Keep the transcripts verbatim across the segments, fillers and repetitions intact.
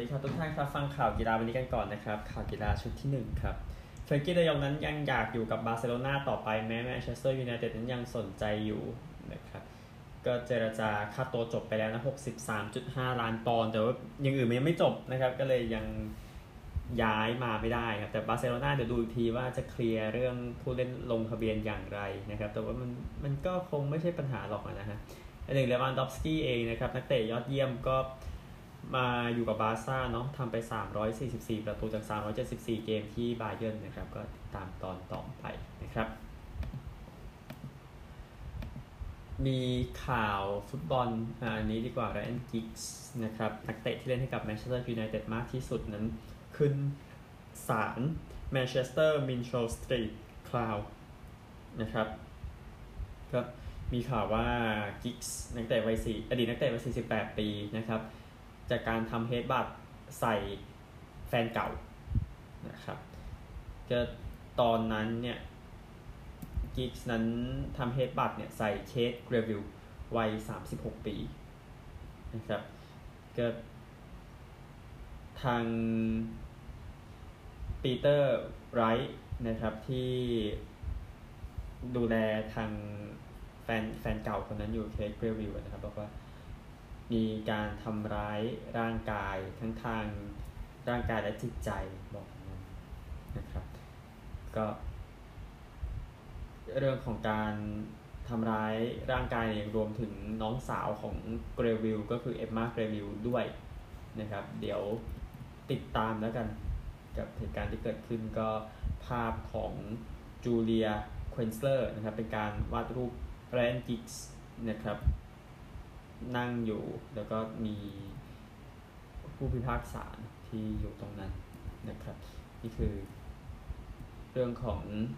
ดีครับทุกท่านครับฟังข่าวกีฬาวันนี้กันก่อนนะครับข่าวกีฬาชุดที่หนึ่งครับเฟรนกี้เดยองนั้นยังอยากอยู่กับบาร์เซโลนาต่อไปแม้แมนเชสเตอร์ยูไนเต็ดนั้นยังสนใจอยู่นะครับก็เจรจาค่าตัวจบไปแล้วนะ หกสิบสามจุดห้า ล้านปอนด์แต่ว่ายังอื่นมันยังไม่จบนะครับก็เลยยังย้ายมาไม่ได้ครับแต่บาร์เซโลนาเดี๋ยวดูอีกทีว่าจะเคลียร์เรื่องผู้เล่นลงทะเบียนอย่างไรนะครับแต่ว่ามันมันก็คงไม่ใช่ปัญหาหรอกนะฮะอันหนึ่งเลวานดอฟสกี้เองนะครับนักเตะยอดเยี่ยมก็มาอยู่กับบาร์ซ่าเนาะทำไปสามร้อยสี่สิบสี่ประตูจากสามร้อยเจ็ดสิบสี่เกมที่บาเยิร์นนะครับก็ติดตามตอนต่อไปนะครับมีข่าวฟุตบอลอันนี้ดีกว่าไรอันกิกส์นะครับนักเตะที่เล่นให้กับแมนเชสเตอร์ยูไนเต็ดมากที่สุดนั้นขึ้นศาลแมนเชสเตอร์มินโชสตรีทคลาวนะครับก็มีข่าวว่ากิกส์นักเตะวัยสี่อดีตนักเตะวัยสี่สิบแปดปีนะครับจากการทำเฮดบัตใส่แฟนเก่านะครับก็ตอนนั้นเนี่ยกิกส์นั้นทำเฮดบัตเนี่ยใส่เคทเกรวิลวัยสามสิบหกปีนะครับก็ทางปีเตอร์ไรท์นะครับที่ดูแลทางแฟนแฟนเก่าคนนั้นอยู่เคทเกรวิลนะครับบอกว่ามีการทำร้ายร่างกายทั้งทางร่างกายและจิตใจบอกนะครับก็เรื่องของการทำร้ายร่างกายยังรวมถึงน้องสาวของเกรวิลก็คือเอมมาเกรวิลด้วยนะครับเดี๋ยวติดตามแล้วกันกับเหตุการณ์ที่เกิดขึ้นก็ภาพของจูเลียเควนสเลอร์นะครับเป็นการวาดรูปไรอันกิกส์นะครับนั่งอยู่แล้วก็มีผู้พิพากษาที่อยู่ตรงนั้นนะครับนี่คือเรื่องของ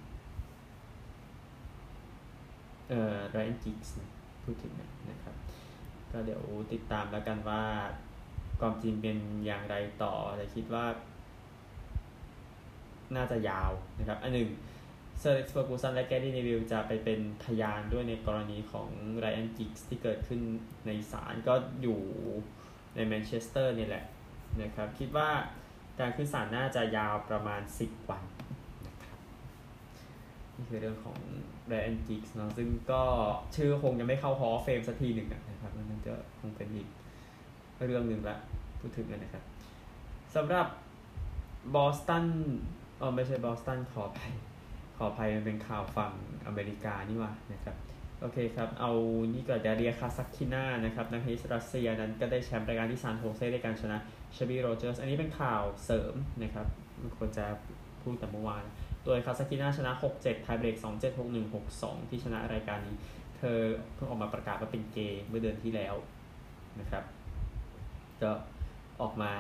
เอ่อไรอันกิกส์พูดถึงนะครับก็เดี๋ยวติดตามแล้วกันว่าความจริงเป็นอย่างไรต่อแต่คิดว่าน่าจะยาวนะครับอันหนึ่งเซอร์เล็กซ์เฟอร์กูสันและแกรี่เนวิลจะไปเป็นพยานด้วยในกรณีของไรอันกิกส์ที่เกิดขึ้นในศาลก็อยู่ในแมนเชสเตอร์นี่แหละนะครับคิดว่าการขึ้นศาลน่าจะยาวประมาณสิบวันนะครับนี่คือเรื่องของไรอันกิกส์เนาะซึ่งก็ชื่อคงจะไม่เข้าฮอลล์เฟมสักทีหนึ่งนะครับมันจะคงเป็นอีกเรื่องหนึ่งละพูดถึงกันนะครับสำหรับบอสตันอ๋อไม่ใช่บอสตันขออภัยขออภัยมันเป็นข่าวฝั่งอเมริกานี่ว่านะครับโอเคครับเอานี่ก่อนดาเรียคาซักคิน่านะครับนักเทนนิสรัสเซียนั้นก็ได้แชมป์รายการที่ซานโฮเซด้วยการชนะเชบี้โรเจอร์สอันนี้เป็นข่าวเสริมนะครับมันควรจะพูดแต่เมื่อวานโดยคาซักคิน่าชนะ หกเจ็ด ไทยเบรก สองเจ็ด หกหนึ่ง หกสอง ที่ชนะรายการนี้เธอเพิ่งออกมาประกาศว่าเป็นเกย์เมื่อเดือนที่แล้วนะครับก็ออกมา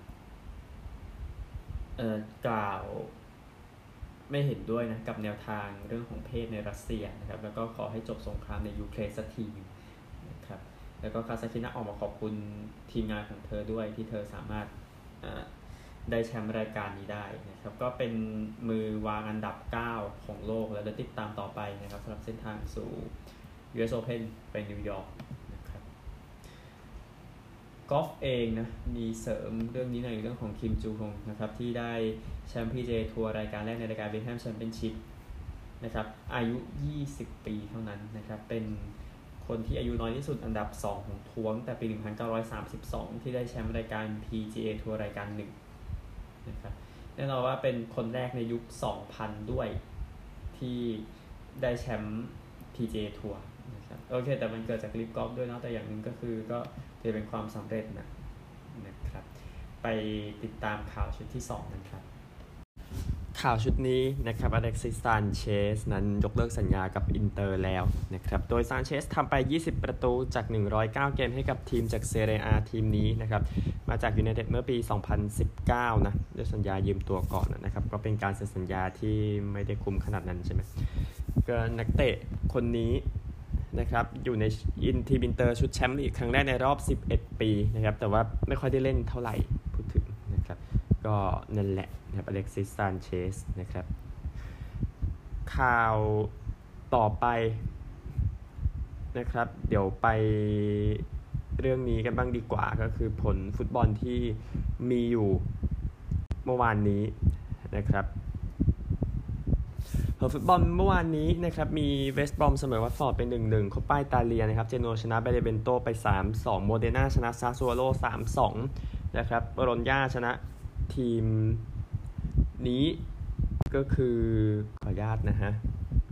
เอ่อกล่าวไม่เห็นด้วยนะกับแนวทางเรื่องของเพศในรัสเซียนะครับแล้วก็ขอให้จบสงครามในยูเครนสักทีนะครับแล้วก็คาซาคินะออกมาขอบคุณทีมงานของเธอด้วยที่เธอสามารถได้แชมป์รายการนี้ได้นะครับก็เป็นมือวางอันดับเก้าของโลกแล้วจะติดตามต่อไปนะครับสำหรับเส้นทางสู่ ยู เอส Open ไปนิวยอร์กนะครับกอล์ฟเองนะมีเสริมเรื่องนี้ในเรื่องของคิมจูฮงนะครับที่ได้แชมป์ พี จี เอ ทัวร์รายการแรกในรายการ Beckham Championship นะครับอายุยี่สิบปีเท่านั้นนะครับเป็นคนที่อายุน้อยที่สุดอันดับสองของทัวร์ตั้งแต่ปีหนึ่งพันเก้าร้อยสามสิบสองที่ได้แชมป์รายการ พี จี เอ ทัวร์รายการหนึ่งนะครับแน่นอนว่าเป็นคนแรกในยุคสองพันด้วยที่ได้แชมป์ พี จี เอ ทัวร์นะครับโอเคแต่มันเกิดจากลิฟกอล์ฟด้วยเนาะแต่อย่างนึงก็คือก็จะเป็นความสำเร็จนะนะครับไปติดตามข่าวชุดที่สองนะครับข่าวชุดนี้นะครับอเล็กซิส ซานเชสนั้นยกเลิกสัญญากับอินเตอร์แล้วนะครับโดยซานเชสทำไปยี่สิบประตูจากหนึ่งร้อยเก้าเกมให้กับทีมจากเซเรีย A ทีมนี้นะครับมาจากยูไนเต็ดเมื่อปีสองพันสิบเก้านะด้วยสัญญายืมตัวก่อนนะครับก็เป็นการเซ็นสัญญาที่ไม่ได้คุ้มขนาดนั้นใช่ไหมก็นักเตะคนนี้นะครับอยู่ในอินทีมอินเตอร์ชุดแชมป์ลีกครั้งแรกในรอบสิบเอ็ดปีนะครับแต่ว่าไม่ค่อยได้เล่นเท่าไหร่พูดถึงนะครับก็นั่นแหละนะครับอเล็กซิส ซานเชสนะครับข่าวต่อไปนะครับเดี๋ยวไปเรื่องนี้กันบ้างดีกว่าก็คือผลฟุตบอลที่มีอยู่เมื่อวานนี้นะครับผลฟุตบอลเมื่อวานนี้นะครับมีเวสต์บรอมเสมอวัตฟอร์ดเป็น หนึ่งหนึ่ง โคปาอิตาเลียนะครับเจโนชนะเบเนเวนโตไป สามสอง โมเดนาชนะซาซัวโร่ สามสอง นะครับโบโลญญาชนะทีมนี้ก็คือขออนุญาตนะฮะ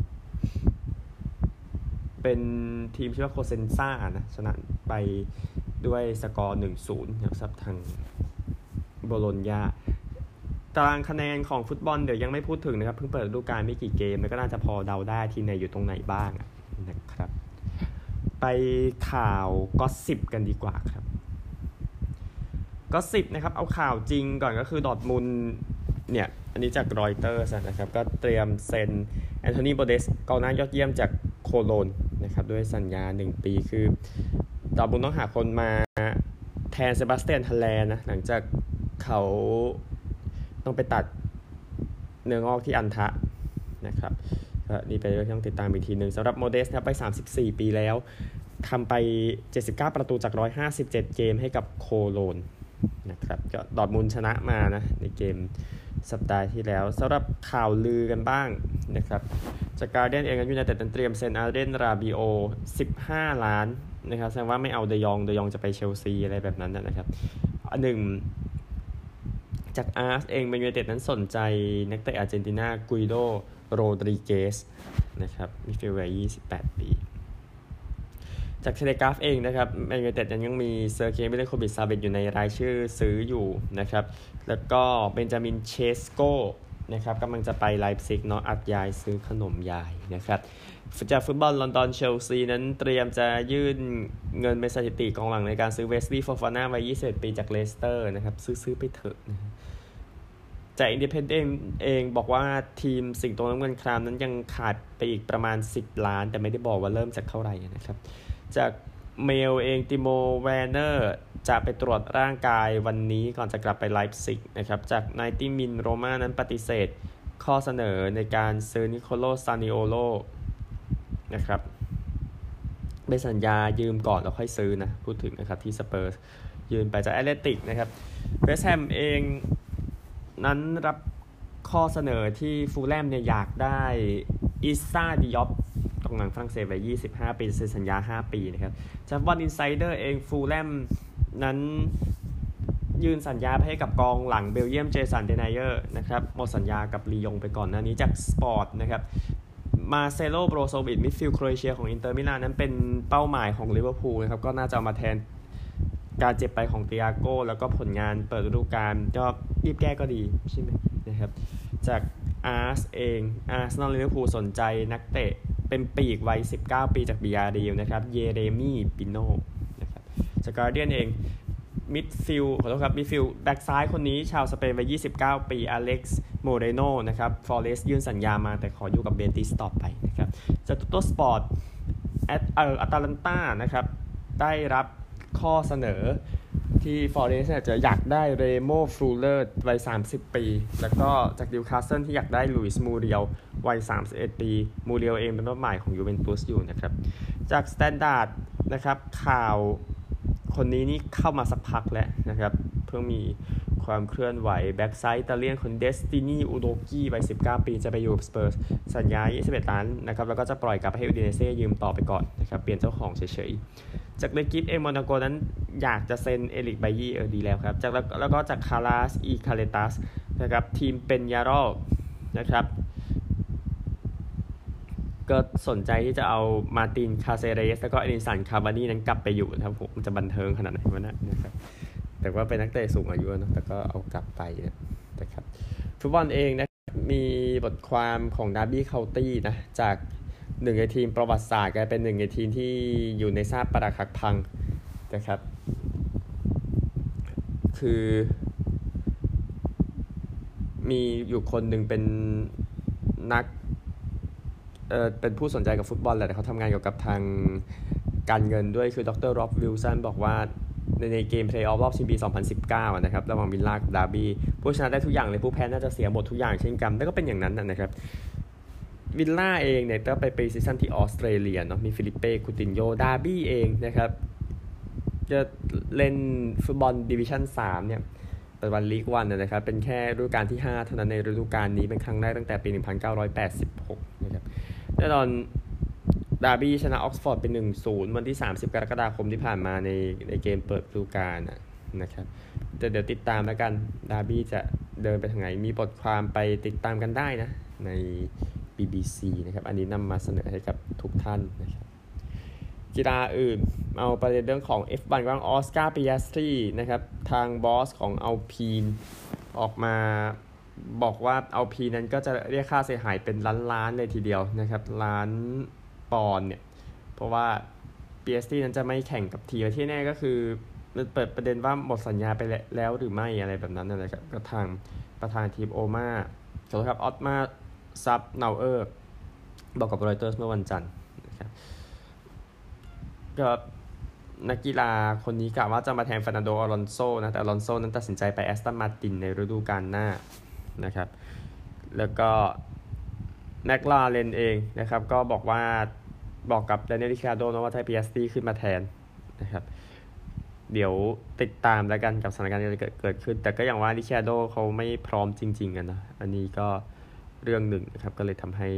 เป็นทีมชื่อว่าโคเซนซ่านะชนะไปด้วยสกอร์ หนึ่งศูนย์ นะครับทางโบโลญญาตารางคะแนนของฟุตบอลเดี๋ยวยังไม่พูดถึงนะครับเพิ่งเปิดฤดูกาลไม่กี่เกมแล้วก็น่าจะพอเดาได้ทีมไหนอยู่ตรงไหนบ้างนะครับไปข่าวก็อสซิปกันดีกว่าครับก็อสซิปนะครับเอาข่าวจริงก่อนก็คือดอร์ทมุนด์เนี่ยอันนี้จากรอยเตอร์สนะครับก็เตรียมเซ็นแอนโทนีโบเดสกองหน้ายอดเยี่ยมจากโคโลนนะครับด้วยสัญญาหนึ่งปีคือดอร์ทมุนด์ต้องหาคนมาแทนเซบาสเตียน ฮัลแลนด์นะหลังจากเขาต้องไปตัดเนื้องอกที่อันทะนะครับก็นี่เป็นเรื่องที่ต้องติดตามอีกทีนึงสำหรับโมเดสนะไปสามสิบสี่ปีแล้วทำไปเจ็ดสิบเก้าประตูจากหนึ่งร้อยห้าสิบเจ็ดเกมให้กับโคโลนนะครับก็ดอร์ทมุนด์ชนะมานะในเกมสัปดาห์ที่แล้วสำหรับข่าวลือกันบ้างนะครับจากการ์เดียนเองยูไนเต็ดเตรียมเซ็นอาร์เดนราบิโอสิบห้าล้านนะครับแสดงว่าไม่เอาเดยองเดยองจะไปเชลซีอะไรแบบนั้นนะครับอันหนึ่งจากอาร์เซนอลเองแมนยูไนเต็ดนั้นสนใจนักเตะอาร์เจนตินากุยโดโรดริเกสนะครับมิดฟิลด์วัยยี่สิบแปดปีจากเทเลกราฟเองนะครับแมนยูไนเต็ดยังมีเซอร์เคียมิเลโคบิชซาเบตอยู่ในรายชื่อซื้ออยู่นะครับแล้วก็เบนจามินเชสโกนะครับกำลังจะไปไลป์ซิกเนาะอัดยายซื้อขนมยายนะครับจากฟุตบอลลอนดอนเชลซีนั้นเตรียมจะยื่นเงินเป็นสถิติกองหลังในการซื้อเวสลีย์ โฟฟาน่าวัยยี่สิบเอ็ดปีจากเลสเตอร์นะครับซื้อๆไปเถอะนะจากอินดิเพนเดนต์เองบอกว่าทีมสิงโตน้ำเงินครามนั้นยังขาดไปอีกประมาณสิบล้านแต่ไม่ได้บอกว่าเริ่มจากเท่าไหร่นะครับจากเมลเองติโมแวนเนอร์จะไปตรวจร่างกายวันนี้ก่อนจะกลับไปไลป์ซิกนะครับจากไนน์ตี้มินโรม่านั้นปฏิเสธข้อเสนอในการซื้อนิโคโลซานิโอโลนะครับเป็นสัญญายืมก่อนแล้วค่อยซื้อนะพูดถึงนะครับที่สเปอร์สยืมไปจากแอตเลติกนะครับเวสต์แฮมเองนั้นรับข้อเสนอที่ฟูลแลมเนี่ยอยากได้อิซ่าดิยอปกองหลังฝรั่งเศสวัยยี่สิบห้าปีเซ็นสัญญาห้าปีนะครับจากวันอินไซเดอร์เองฟูลแลมนั้นยื่นสัญญาให้กับกองหลังเบลเยียมเจสันเดไนเยอร์นะครับหมดสัญญากับลียงไปก่อนหน้านี้จากสปอร์ตนะครับมาเซโลโบรโซวิชมิดฟิลด์โครเอเชียของอินเตอร์มิลานนั้นเป็นเป้าหมายของลิเวอร์พูลนะครับก็น่าจะเอามาแทนการเจ็บไปของเตียโก้แล้วก็ผลงานเปิดฤดูกาลก็รีบแก้ก็ดีใช่ไหมนะครับจากอาร์สเองอาร์เซนอลลิเวอร์พูลสนใจนักเตะเป็นปีกวัยสิบเก้าปีจากบิยารีลนะครับเยเรมี่ปิโน่นะครับจากการ์เดียนเองมิดฟิลด์ขอโทษครับมิดฟิลด์แบ็กซ้ายคนนี้ชาวสเปนวัยยี่สิบเก้าปีอเล็กซ์โมเรโนนะครับฟอเรสต์ยื่นสัญญามาแต่ขออยู่กับเบติสต่อไปนะครับจากตุโตสปอร์ตแอตเอ่ออัตแลนตานะครับได้รับข้อเสนอที่ฟอเรสต์เนี่ยจะอยากได้เรโมฟลูเลอร์วัยสามสิบปีแล้วก็จากนิวคาสเซิลที่อยากได้ลุยส์มูเรียลวัยสามสิบเอ็ดปีมูเรียลเองเป็นเป้าหมายของยูเวนตุสอยู่นะครับจากสแตนดาร์ดนะครับข่าวคนนี้นี่เข้ามาสักพักแล้วนะครับเพิ่งมีความเคลื่อนไหวแบ็กไซด์อิตาเลียนคนเดสตินีอูโดกี้วัยสิบเก้าปีจะไปอยู่กับสเปอร์สสัญญายี่สิบเอ็ดล้านนะครับแล้วก็จะปล่อยกลับให้อูดิเนเซ่ยืมต่อไปก่อนนะครับเปลี่ยนเจ้าของเฉยๆจากเลกิฟเอมอนโกนั้นอยากจะเซ็นเอริกไบยี่เออดีแล้วครับจากแล้วก็จากคาราสอีคาเลตัสนะครับทีมเป็นยารอลนะครับก็สนใจที่จะเอามาร์ตินคาเซเรสแล้วก็เอลิสันคาร์บานีนั้นกลับไปอยู่นะครับผมมันจะบันเทิงขนาดไหนวะนะครับแต่ว่าเป็นนักเตะสูงอายุเนาะแต่ก็เอากลับไปนะครับฟุตบอลเองนะมีบทความของดาร์บี้เคานตี้นะจากหนึ่งในทีมประวัติศาสตร์กลายเป็นหนึ่งในทีมที่อยู่ในซากปรักหักพังนะครับคือมีอยู่คนหนึ่งเป็นนักเอ่อเป็นผู้สนใจกับฟุตบอลแหละแต่เขาทำงานเกี่ยวกับทางการเงินด้วยคือดร.ร็อบวิลสันบอกว่าในในเกมเพลย์ออฟรอบชิงปีสองพันสิบเก้านะครับระหว่างวิลล่ากับดาร์บี้ผู้ชนะได้ทุกอย่างเลยผู้แพ้น่าจะเสียหมดทุกอย่างเช่นกันแล้วก็เป็นอย่างนั้นนะครับวิลล่าเองเนี่ยก็ไปไปซีซั่นที่ออสเตรเลียเนาะมีฟิลิปเป้คูตินโญดาร์บี้เองนะครับก็เล่นฟุตบอลดิวิชั่นสามเนี่ยปัจจุบันลีกวันนะครับเป็นแค่ฤดูกาลที่ห้าเท่านั้นในฤดูกาลนี้เป็นครั้งแรกตั้งแต่ปีหนึ่งพันเก้าร้อยแปดสิบหกนะครับแน่นอนดาร์บี้ชนะออกซฟอร์ดเป็น หนึ่งศูนย์ วันที่สามสิบกรกฎาคมที่ผ่านมาในในเกมเปิดฤดูกาลนะครับแต่เดี๋ยวติดตามแล้วกันดาร์บี้จะเดินไปทางไหนมีบทความไปติดตามกันได้นะใน บี บี ซี นะครับอันนี้นำมาเสนอให้กับทุกท่านนะครับกีฬาอื่นเอาประเด็นเรื่องของ เอฟ วัน บ้างออสการ์ ปิยาสตรีนะครับทางบอสของอัลพีนออกมาบอกว่าอัลพีนนั้นก็จะเรียกค่าเสียหายเป็นล้านๆเลยทีเดียวนะครับล้านปอนด์เนี่ยเพราะว่า ปิยาสตรีนั้นจะไม่แข่งกับทีมที่แน่ก็คือเปิดประเด็นว่าหมดสัญญาไปแล้วหรือไม่อะไรแบบนั้นนะครับก็ทางประธานทีมโอมาขอโทษครับออตมาซับเนาเออร์บอกกับรอยเตอร์สเมื่อวันจันทร์นะครับก็นักกีฬาคนนี้กล่าวว่าจะมาแทนฟาร์นันโด อลอนโซนะแต่อลอนโซนั้นตัดสินใจไปแอสตันมาร์ตินในฤดูกาลหน้านะครับแล้วก็แม็กลาเรนเองนะครับก็บอกว่าบอกกับดานิเอล ริคาร์โดนะว่าถ้าปิยาสตรีขึ้นมาแทนนะครับเดี๋ยวติดตามแล้วกันกับสถานการณ์ที่เกิดขึ้นแต่ก็อย่างว่าริคาร์โดเขาไม่พร้อมจริงๆกันนะอันนี้ก็เรื่องหนึ่งนะครับก็เลยทำให้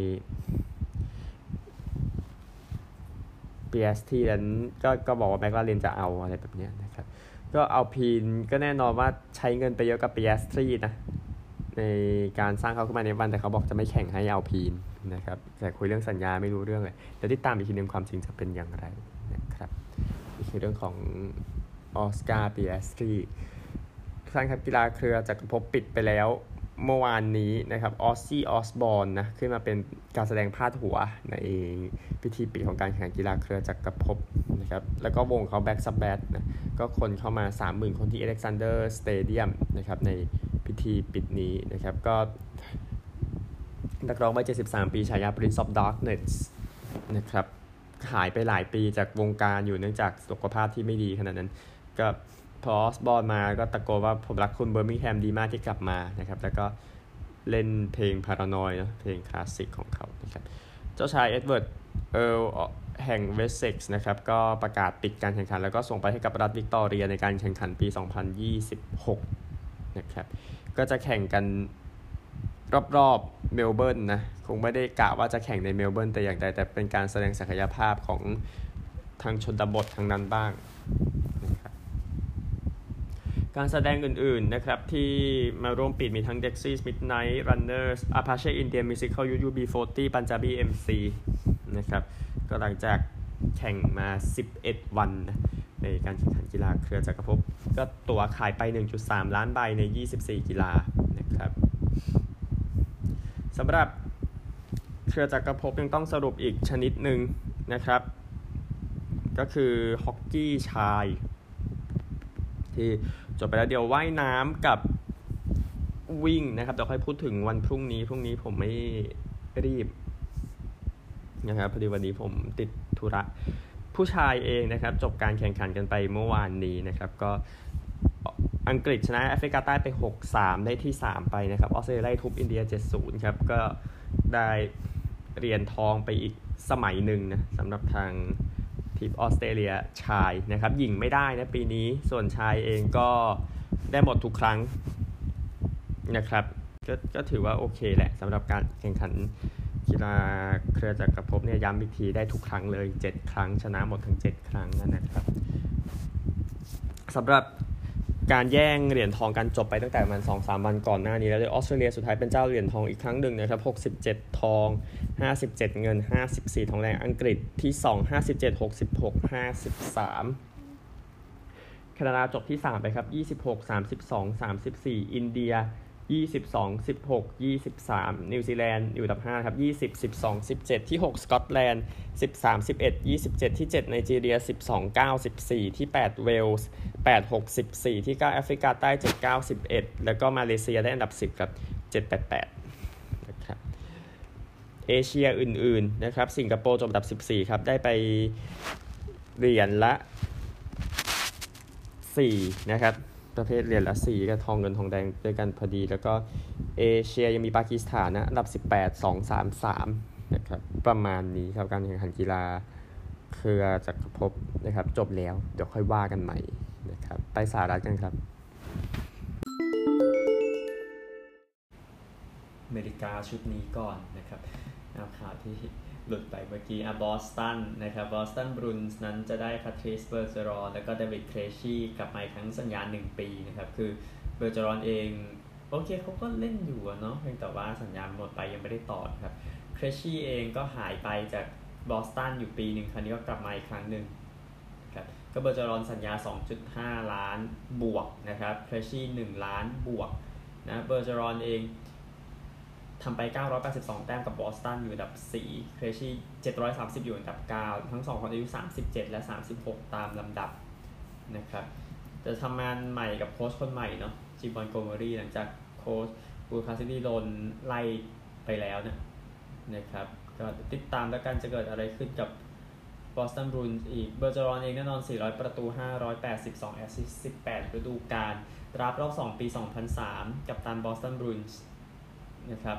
ปิยาสตรีนั้นก็ก็บอกว่าแม็กลาเรนจะเอาอะไรแบบนี้นะครับก็เอาพีนก็แน่นอนว่าใช้เงินไปเยอะกับปิยาสตรีนะในการสร้างเขาขึ้นมาในวันแต่เขาบอกจะไม่แข่งให้เอาพีนนะครับแต่คุยเรื่องสัญญาไม่รู้เรื่องเลยเดี๋ยวติดตามอีกทีนึงความจริงจะเป็นอย่างไรนะครับนี่คือเรื่องของออสการ์ ปิยาสตรีท่านครับกีฬาเครือจักรภพปิดไปแล้วเมื่อวานนี้นะครับออสซี่ออสบอร์นนะขึ้นมาเป็นการแสดงพาดหัวในพิธีปิดของการแข่งกีฬาเครือจักรภพนะครับแล้วก็วงเขาแบ็กซับแบทนะก็คนเข้ามา สามหมื่น คนที่อเล็กซานเดอร์สเตเดียมนะครับในพิธีปิดนี้นะครับก็นักร้องวัยเจ็ดสิบสามปีฉายา Prince of Darkness นะครับหายไปหลายปีจากวงการอยู่เนื่องจากสุขภาพที่ไม่ดีขนาดนั้นก็พอออสบอร์นมาก็ตะโกนว่าผมรักคุณเบอร์มิงแฮมดีมากที่กลับมานะครับแล้วก็เล่นเพลง Paranoid นะเพลงคลาสสิกของเขานะครับเจ้าชายเอ็ดเวิร์ดเอิร์ลแห่งเวสเซ็กซ์นะครับก็ประกาศปิดการแข่งขันแล้วก็ส่งไปให้กับรัฐวิกตอเรียในการแข่งขันปีสองพันยี่สิบหกนะครับก็จะแข่งกันรอบๆเมลเบิร์นนะคงไม่ได้กะว่าจะแข่งในเมลเบิร์นแต่อย่างใดแต่เป็นการแสดงศักยภาพของทางชนบททางนั้นบ้างนะครับการแสดงอื่นๆนะครับที่มาร่วมปิดมีทั้ง Dexys Midnight Runners Apache Indian Musical ยู ยู บี สี่สิบ Punjabi เอ็ม ซี นะครับก็หลังจากแข่งมาสิบเอ็ดวันนะในการแข่งขันกีฬาเครือจักรภพก็ตั๋วขายไป หนึ่งจุดสาม ล้านใบในยี่สิบสี่กีฬานะครับสำหรับเครือจักรภพยังต้องสรุปอีกชนิดหนึ่งนะครับก็คือฮอกกี้ชายที่จบไปแล้วเดี๋ยวว่ายน้ำกับวิ่งนะครับเดี๋ยวค่อยพูดถึงวันพรุ่งนี้พรุ่งนี้ผมไม่รีบนะครับพอดีวันนี้ผมติดธุระผู้ชายเองนะครับจบการแข่งขันกันไปเมื่อวานนี้นะครับก็อังกฤษชนะแอฟริกาใต้ไป หกสาม ได้ที่สามไปนะครับออสเตรเลียทุบอินเดีย เจ็ดศูนย์ ครับก็ได้เหรียญทองไปอีกสมัยหนึ่งนะสำหรับทางทีมออสเตรเลียชายนะครับหญิงไม่ได้นะปีนี้ส่วนชายเองก็ได้หมดทุกครั้งนะครับก็ก็ถือว่าโอเคแหละสำหรับการแข่งขันกีฬาเครือจักรภพเนี่ยย้ำอีกทีได้ทุกครั้งเลยเจ็ดครั้งชนะหมดทั้งเจ็ดครั้งนะครับสำหรับการแย่งเหรียญทองกันจบไปตั้งแต่ประมาณ สองถึงสาม วันก่อนหน้านี้แล้วออสเตรเลียสุดท้ายเป็นเจ้าเหรียญทองอีกครั้งหนึ่งนะครับหกสิบเจ็ดทองห้าสิบเจ็ดเงินห้าสิบสี่ทองแดงอังกฤษที่สอง ห้าสิบเจ็ด หกสิบหก ห้าสิบสามแคนาดาจบที่สามไปครับยี่สิบหก สามสิบสอง สามสิบสี่อินเดียยี่สิบสอง สิบหก ยี่สิบสามนิวซีแลนด์อยู่อันดับห้าครับยี่สิบ สิบสอง สิบเจ็ดที่หกสกอตแลนด์สิบสาม สิบเอ็ด ยี่สิบเจ็ดที่เจ็ดไนจีเรียสิบสอง เก้า สิบสี่ที่แปดเวลส์แปด หก สิบสี่ที่เก้าแอฟริกาใต้เจ็ด เก้า สิบเอ็ดแล้วก็มาเลเซียได้อันดับสิบครับเจ็ด แปด แปดนะครับเอเชียอื่นๆนะครับสิงคโปร์จบอันดับสิบสี่ครับได้ไปเหรียญละสี่นะครับประเภทเหรียญละสี่ก็ทองเงินทองแดงด้วยกันพอดีแล้วก็เอเชียยังมีปากีสถานนะอันดับสิบแปด สอง สาม สามนะครับประมาณนี้ครับการแข่งขันกีฬาเคเครือจักรภพนะครับจบแล้วเดี๋ยวค่อยว่ากันใหม่นะครับไปสหรัฐกันครับอเมริกาชุดนี้ก่อนนะครับเอาข่าวที่หลุดไปเมื่อกี้อ่ะบอสตันนะครับบอสตันบรูนส์นั้นจะได้พาทริสเบอร์เจอรอนแล้วก็เดวิดเครชี่กลับมาอีกครั้งสัญญาหนึ่งปีนะครับคือเบอร์เจอรอนเองโอเคเขาก็เล่นอยู่เนาะเพียงแต่ว่าสัญญาหมดไปยังไม่ได้ต่อครับเครชี่เองก็หายไปจากบอสตันอยู่ปีหนึ่งคราวนี้ก็กลับมาอีกครั้งหนึ่งครับก็เบอร์เจอรอนสัญญา สองจุดห้า ล้านบวกนะครับเครชี่หนึ่งล้านบวกนะเบอร์เจอรอนเองทำไปเก้าร้อยแปดสิบสองแต้มกับบอสตันอยู่อันดับสี่เครชี่เจ็ดร้อยสามสิบอยู่อันดับเก้าทั้งสองคนอายุสามสิบเจ็ดและสามสิบหกตามลำดับนะครับจะทำงานใหม่กับโค้ชคนใหม่เนาะจิมบอนโกเมอรี่หลังจากโค้ชบูคาซิตี้โดนไล่ไปแล้วเนี่ยนะครับก็ติดตามแล้วกันจะเกิดอะไรขึ้นกับบอสตันบรูนส์อีกเบอร์เจอรอนเองแน่นอนสี่ร้อยประตูห้าร้อยแปดสิบสองแอสซิสต์สิบแปดฤดูกาลดราฟต์รอบสองปีสองพันสามกัปตันบอสตันบรูนส์นะครับ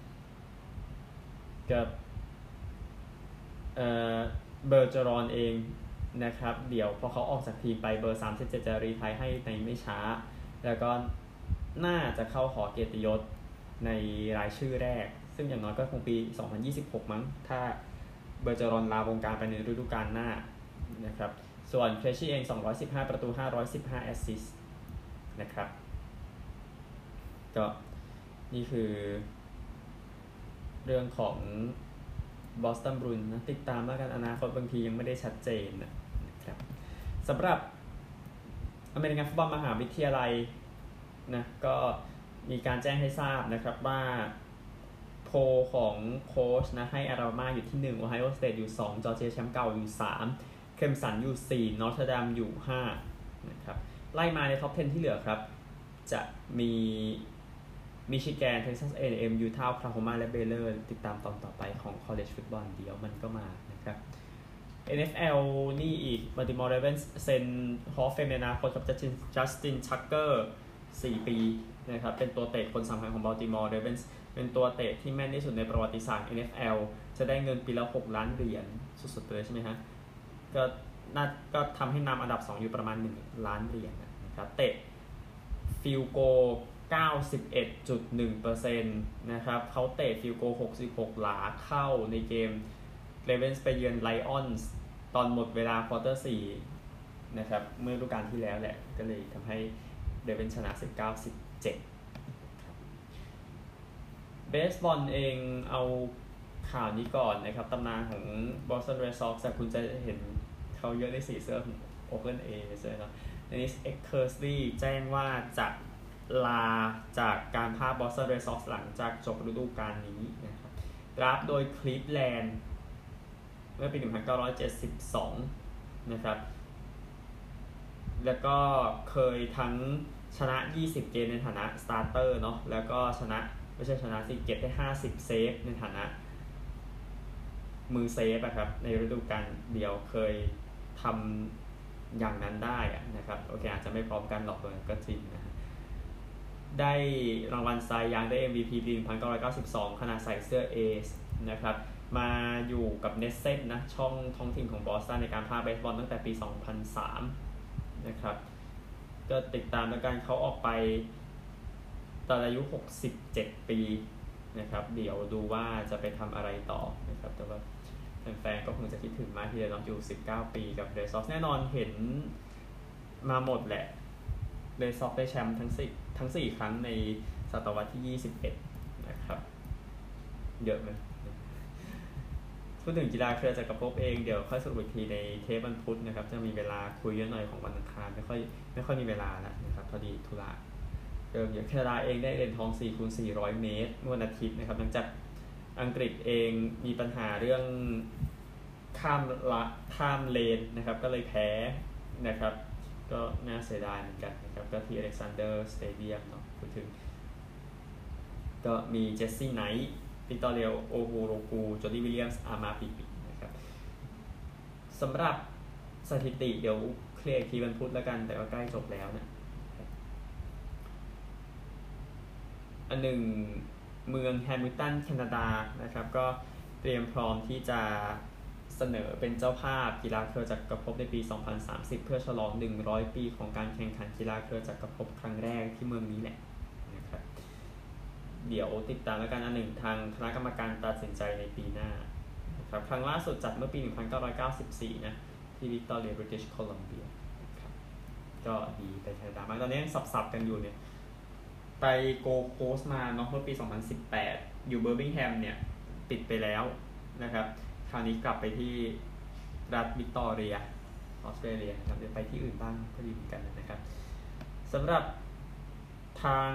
กับเอ่อเบอร์เจอรอนเองนะครับเดี๋ยวพอเขาออกจากทีมไปเบอร์สามสิบเจ็ดจะรีไทร์ให้ในไม่ช้าแล้วก็น่าจะเข้าหอเกียรติยศในรายชื่อแรกซึ่งอย่างน้อยก็คงปีสองพันยี่สิบหกมั้งถ้าเบอร์เจอรอนลาวงการไปในฤดูกาลหน้านะครับส่วนเครชี่เองสองร้อยสิบห้าประตูห้าร้อยสิบห้าแอสซิสต์นะครับก็นี่คือเรื่องของบอสตันบรูนนะติดตามแล้วกันอนาคตบางทียังไม่ได้ชัดเจนนะครับสำหรับอเมริกันฟุตบอลมหาวิทยาลัยนะก็มีการแจ้งให้ทราบนะครับว่าโพลของโค้ชนะให้อาราบามาอยู่ที่หนึ่งโอไฮโอสเตทอยู่สองจอร์เจียแชมป์เก่าอยู่สามเคลมสันอยู่สี่นอร์ทเดมอยู่ห้านะครับไล่มาในท็อปสิบที่เหลือครับจะมีมิชิแกน เท็กซัส เอ แอนด์ เอ็ม ยูทาห์ โอคลาโฮมาและเบเลอร์ติดตามตอนต่อไปของ College Football เดี๋ยวมันก็มานะครับ เอ็น เอฟ แอล นี่อีก Baltimore Ravens เซ็นฮอลล์เฟมในอนาคตกับ Justin Tucker สี่ปีนะครับเป็นตัวเตะคนสำคัญของ Baltimore Ravens เป็นตัวเตะที่แม่นที่สุดในประวัติศาสตร์ เอ็น เอฟ แอล จะได้เงินปีละหกล้านเหรียญสุดๆเลยใช่ไหมฮะก็น่าก็ทำให้นำอันดับสองอยู่ประมาณหนึ่งล้านเหรียญนะครับเตะฟิลโกเก้าสิบเอ็ดจุดหนึ่งเปอร์เซ็นต์ นะครับเขาเตะฟิลโกหกสิบหกหลาเข้าในเกม Ravens ไปเยือน Lions ตอนหมดเวลาควอเตอร์สี่นะครับเมื่อฤดูกาลที่แล้วแหละก็เลยทำให้ Ravens ชนะสิบเก้าสิบเจ็ดเบสบอลเองเอาข่าวนี้ก่อนนะครับตำนานของ Boston Red Sox แต่คุณจะเห็นเขาเยอะในสีเสื้อของ Oakland A's เลยนะDennis Eckersley แจ้งว่าจะลาจากการพา Boston Red Sox หลังจากจบฤดูกาลนี้นะครับรับโดย Cleveland เมื่อปีหนึ่งพันเก้าร้อยเจ็ดสิบสองนะครับแล้วก็เคยทั้งชนะยี่สิบเกมในฐานะสตาร์เตอร์เนาะแล้วก็ชนะไม่ใช่ชนะสิเก็บได้ห้าสิบเซฟในฐานะมือเซฟอะครับในฤดูกาลเดียวเคยทำอย่างนั้นได้นะครับโอเคอาจจะไม่พร้อมกันหรอกเลยก็จริงนะได้รางวัลไซยังได้ เอ็ม วี พี ปีหนึ่งพันเก้าร้อยเก้าสิบสองขณะใส่เสื้อ A's นะครับมาอยู่กับเนสเซ็ตนะช่องท้องถิ่นของบอสตันในการพากย์เบสบอลตั้งแต่ปีสองพันสามนะครับก็ติดตามในการเขาออกไปตอนอายุหกสิบเจ็ดปีนะครับเดี๋ยวดูว่าจะไปทำอะไรต่อนะครับแต่ว่าแฟนๆก็คงจะคิดถึงมากที่จะน้องอยู่สิบเก้าปีกับเรดซ็อกซ์แน่นอนเห็นมาหมดแหละเรดซ็อกซ์ได้แชมป์ทั้งสี่ทั้งสี่ครั้งในศตวรรษที่ยี่สิบเอ็ดนะครับเยอะไหมพูดถึงกีฬาเครือจักรภพเองเดี๋ยวค่อยสรุปอีกทีในเทปวันพุธนะครับจะมีเวลาคุยเยอะหน่อยของวันอังคารไม่ค่อยไม่ค่อยมีเวลาแล้วนะครับพอดีธุระเดิมอย่างแคนาดาเองได้เหรียญทอง สี่คูณสี่ร้อย เมตรเมื่อวันอาทิตย์นะครับหลังจากอังกฤษเองมีปัญหาเรื่องข้ามละข้ามเลนนะครับก็เลยแพ้นะครับก็น่าเสียดายเหมือนกันนะครับก็ที่อเล็กซานเดอร์สเตเดียมเนาะพูดถึงก็มีเจสซี่ไนท์วิกตอเรียโอโฮโรกูจอร์ดี้วิลเลียมส์อามาปิปินะครับสำหรับสถิติเดี๋ยวเคลียร์อีกทีวันพุธแล้วกันแต่ว่าใกล้จบแล้วนะอันหนึ่งเมืองแฮมิลตันแคนาดานะครับก็เตรียมพร้อมที่จะเสนอเป็นเจ้าภาพกีฬาเครือจักรภพในปีสองพันสามสิบเพื่อฉลองหนึ่งร้อยปีของการแข่งขันกีฬาเครือจักรภพครั้งแรกที่เมืองนี้แหละนะครับเดี๋ยวติดตามแล้วกันอันหนึ่งทางคณะกรรมการตัดสินใจในปีหน้านะครับครั้งล่าสุดจัดเมื่อปีหนึ่งพันเก้าร้อยเก้าสิบสี่นะที่วิกตอเรียบริติชโคลัมเบียนะครับก็ดีไปแคนาดามาตอนนี้ยังสับๆกันอยู่เนี่ยไปโกลด์โคสต์มาเนาะเมื่อปีสองพันสิบแปดอยู่เบอร์มิงแฮมเนี่ยปิดไปแล้วนะครับคราวนี้กลับไปที่รัฐวิกตอเรียออสเตรเลียนะครับเดี๋ยวไปที่อื่นบ้างก็ดีเหมือนกันนะครับสำหรับทาง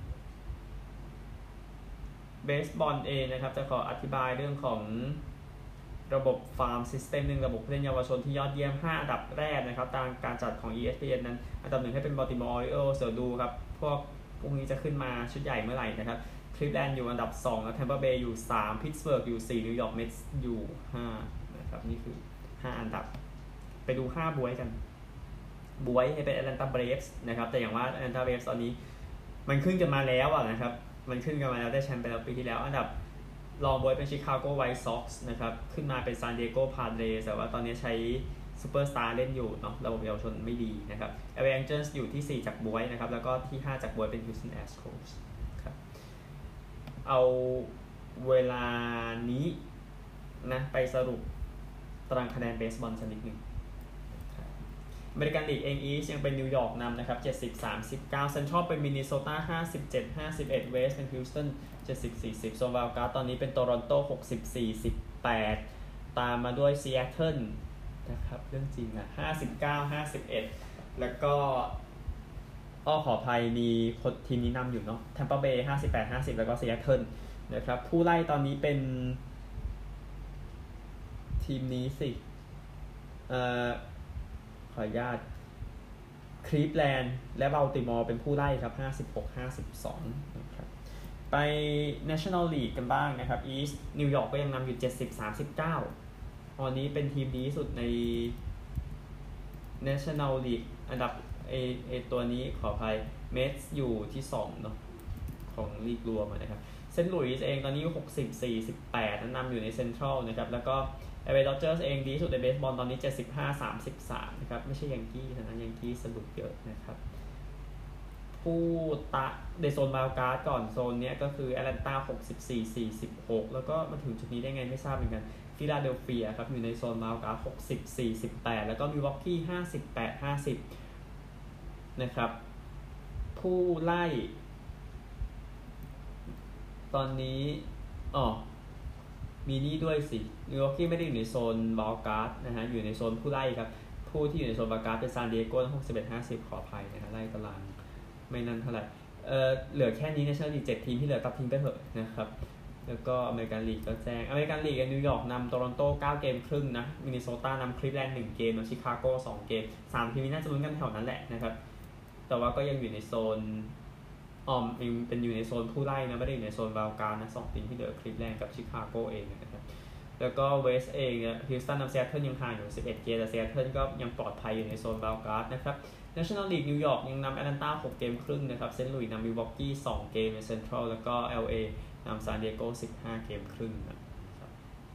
เบสบอลเองนะครับจะขออธิบายเรื่องของระบบฟาร์มซิสเต็มหนึ่งระบบผู้เล่นเยาวชนที่ยอดเยี่ยมห้าอันดับแรกนะครับตามการจัดของ อี เอส พี เอ็น นั้นอันดับหนึ่งให้เป็น Baltimore Orioles เดี๋ยวดูครับพวกพวกนี้จะขึ้นมาชุดใหญ่เมื่อไหร่นะครับคลิฟแลนด์อยู่อันดับสองแล้วแทมเปอร์เบย์อยู่สามพิตต์สเบิร์กอยู่สี่นิวยอร์กเมทส์อยู่ห้านะครับนี่คือห้าอันดับไปดูห้าบวยกันบวยให้เป็น Atlanta Braves นะครับแต่อย่างว่า Atlanta Braves ตอนนี้มันขึ้นกันมาแล้วอ่ะนะครับมันขึ้นกันมาแล้วได้แชมป์ไปแล้วปีที่แล้วอันดับรองบวยเป็น Chicago White Sox นะครับขึ้นมาเป็น San Diego Padres แต่ว่าตอนนี้ใช้ซูเปอร์สตาร์เล่นอยู่เนาะระบบเยาวชนไม่ดีนะครับ แอล เอ Angels อยู่ที่สี่จากบวยนะครับแล้วก็ที่ห้าจากบวยเป็น Houston Astros ครับเอาเวลานี้นะไปสรุปตารางคะแนนเบสบอลชนิดหนึ่งอเมริกันลีกเองอีสยังเป็นนิวยอร์กนำนะครับเจ็ดสิบ สามสิบเก้าเซนทรัลเป็นมินนิโซตาห้าสิบเจ็ด ห้าสิบเอ็ดเวสเป็นฮิวสตันเจ็ดสิบ สี่สิบโซนวาลการ์ดตอนนี้เป็นโตรอนโตหกสิบ สี่สิบแปดตามมาด้วยซีแอตเทิลนะครับเรื่องจริงอ่ะห้าสิบเก้า ห้าสิบเอ็ดแล้วก็อ้อขออภัยมีคนทีมนี้นำอยู่เนาะแทมเปอร์เบย์ห้าสิบแปด ห้าสิบแล้วก็ซีแอตเทิลนะครับผู้ไล่ตอนนี้เป็นทีมนี้สิเอ่อขออนุญาตคลีฟแลนด์และบัลติมอร์เป็นผู้ไล่ครับห้าสิบหก ห้าสิบสองนะครับไป National League กันบ้างนะครับ East นิวยอร์กก็ยังนำอยู่เจ็ดสิบ สามสิบเก้าตอนนี้เป็นทีมดีที่สุดใน National League อันดับเอเอตัวนี้ขออภัย Mets อยู่ที่สองเนาะของลีกรวมนะครับเซนต์หลุยส์เองตอนนี้อยู่หกสิบ สี่สิบแปดนั้นนำอยู่ในเซ็นทรัลนะครับแล้วก็เอเวอเรสต์ดอดเจอร์สเองดีสุดในเบสบอลตอนนี้เจ็ดสิบห้า สามสิบสามนะครับไม่ใช่ยังกี้นะยังกี้สะดุดเยอะนะครับผู้ตะในโซนวาลการ์ดก่อนโซนเนี้ยก็คือแอตแลนตาหกสิบสี่ สี่สิบหกแล้วก็มาถึงจุดนี้ได้ไงไม่ทราบเหมือนกันฟิลาเดลเฟียครับอยู่ในโซนวาลการ์ดหกสิบ สี่สิบแปดแล้วก็มิลวอกกี้ห้าสิบแปด ห้าสิบนะครับผู้ไล่ตอนนี้อ๋อมีนี่ด้วยสิมิลวอกกี้ไม่ได้อยู่ในโซนวาลการ์ดนะฮะอยู่ในโซนผู้ไล่ครับผู้ที่อยู่ในโซนวาลการ์ดเป็นซานดิเอโกหกสิบเอ็ด ห้าสิบขออภัยนะฮะไล่ตารางไม่นั่นเท่าไหร่เอ่อเหลือแค่นี้ในเชลซีเจ็ดทีมที่เหลือตัดทิ้งไปเถอะนะครับแล้วก็อเมริกันลีกก็แจ้งอเมริกันลีกนิวยอร์กนำโตรอนโตเก้าเกมครึ่งนะมินนิโซตานำคลิฟแลนด์หนึ่งเกมแล้วชิคาโกสองเกมสามทีมนี้น่าจะลุ้นกันแถวนั้นแหละนะครับแต่ว่าก็ยังอยู่ในโซนอ๋อยังเป็นอยู่ในโซนผู้ไล่นะไม่ได้อยู่ในโซนวาลการ์ดนะสองทีมที่เหลือคลิฟแลนด์กับชิคาโกเองนะครับแล้วก็เวสเองฮิลสตันนำซีแอตเทิลยังห่างอยู่สิบเอ็ดเกมแต่ซีแอตเทิลก็ยังปลอดภัยอยู่ในโซนวาลการ์ดนะครับNational League นิวยอร์กยังนำแอตแลนตาหกเกมครึ่งนะครับเซนต์หลุยส์นำมิลวอกกี้สองเกมในเซ็นทรัลแล้วก็ แอล เอ นำซานดิเอโกสิบห้าเกมครึ่งนะครับ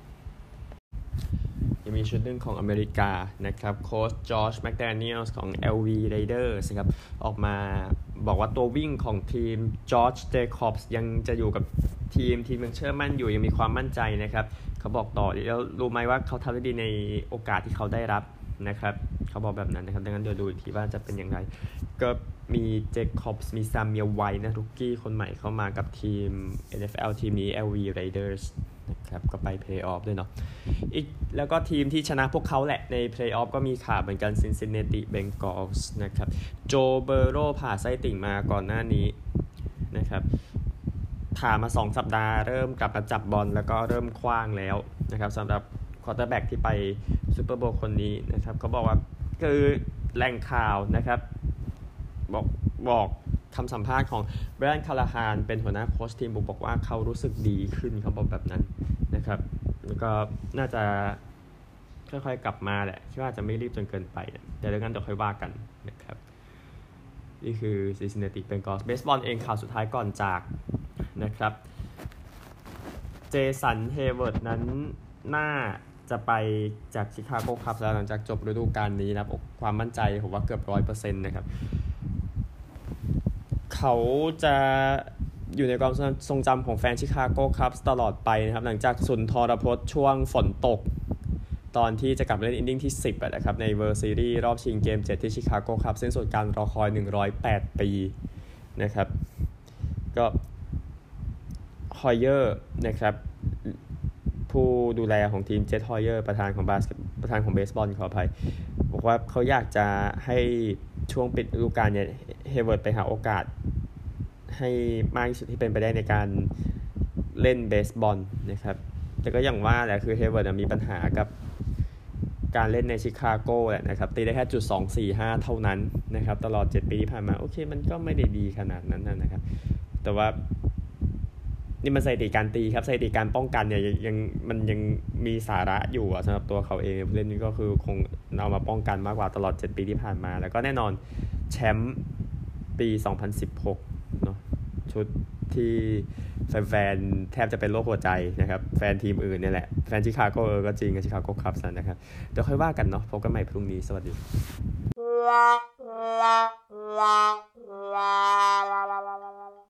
ยังมีชุดหนึ่งของอเมริกานะครับโค้ชจอร์จแมคแดเนียลส์ของ แอล วี Raiders นะครับออกมาบอกว่าตัววิ่งของทีมจอร์จเจคอบส์ยังจะอยู่กับทีมทีมยังเชื่อมั่นอยู่ยังมีความมั่นใจนะครับเขาบอกต่อแล้วรู้ไหมว่าเขาทำได้ดีในโอกาสที่เขาได้รับนะครับเขาบอกแบบนั้นนะครับดังนั้นเดี๋ยวดูอีกทีว่าจะเป็นอย่างไรก็มีเจคอบส์มีซามเมียไวนะรุกกี้คนใหม่เข้ามากับทีม เอ็น เอฟ แอล ทีมนี้ แอล วี Raiders นะครับก็ไปเพลย์ออฟด้วยเนาะอีกแล้วก็ทีมที่ชนะพวกเขาแหละในเพลย์ออฟก็มีข่าวเหมือนกัน Cincinnati Bengals นะครับโจเบอโรผ่าไส้ติ่งมาก่อนหน้านี้นะครับผ่ามาสองสัปดาห์เริ่มกลับมาจับบอลแล้วก็เริ่มคว้างแล้วนะครับสำหรับควอเตอร์แบ็กที่ไปซูเปอร์โบว์คนนี้นะครับเขาบอกว่าคือแหล่งข่าวนะครับบอกบอกคำสัมภาษณ์ของแบรนด์คาราฮานเป็นหัวหน้าโค้ชทีมบอกว่าเขารู้สึกดีขึ้นเขาบอกแบบนั้นนะครับแล้วก็น่าจะค่อยๆกลับมาแหละคิดว่าจะไม่รีบจนเกินไปแต่เรื่องนั้นเดี๋ยวค่อยว่ากันนะครับนี่คือ Cincinnati Bengals เบสบอลเองข่าวสุดท้ายก่อนจากนะครับเจสันเฮเวิร์ดนั้นน่าจจะไปจากชิคาโกคัพแล้วหลังจากจบฤดูกาลนี้นะครับความมั่นใจผมว่าเกือบ ร้อยเปอร์เซ็นต์ นะครับเขาจะอยู่ในความทรงจำของแฟนชิคาโกคัพตลอดไปนะครับหลังจากสุนทรพจน์ช่วงฝนตกตอนที่จะกลับเล่นอินนิ่งที่สิบอ่ะนะครับใน World Series รอบชิงเกมเจ็ดที่ชิคาโกคัพสิ้นสุดการรอคอยหนึ่งร้อยแปดปีนะครับก็ฮอยเยอร์นะครับผู้ดูแลของทีมเจทฮอยเยอร์ประธานของบาสประธานของเบสบอลขออภัยบอกว่าเขาอยากจะให้ช่วงปิดฤดูกาลเนี่ยเฮเวิร์ดไปหาโอกาสให้มากที่สุดที่เป็นไปได้ในการเล่นเบสบอลนะครับแต่ก็อย่างว่าแหละคือเฮเวิร์ดมีปัญหากับการเล่นในชิคาโกแหละนะครับตีได้แค่จุดสองสี่ห้าเท่านั้นนะครับตลอดเจ็ดปีที่ผ่านมาโอเคมันก็ไม่ได้ดีขนาดนั้นนะครับแต่ว่านี่มันสถิติการตีครับสถิติการป้องกันเนี่ยยังมันยังมีสาระอยู่สำหรับตัวเขาเองผู้เล่นนี่ก็คือคงเอามาป้องกันมากกว่าตลอดเจ็ดปีที่ผ่านมาแล้วก็แน่นอนแชมป์ปีสองพันสิบหกเนาะชุดที่แฟนๆแทบจะเป็นโรคหัวใจนะครับแฟนทีมอื่นเนี่ยแหละแฟนชิคาโกเออก็จริงกับชิคาโกคัพส์นะครับเดี๋ยวค่อยว่ากันเนาะพบกันใหม่พรุ่งนี้สวัสดี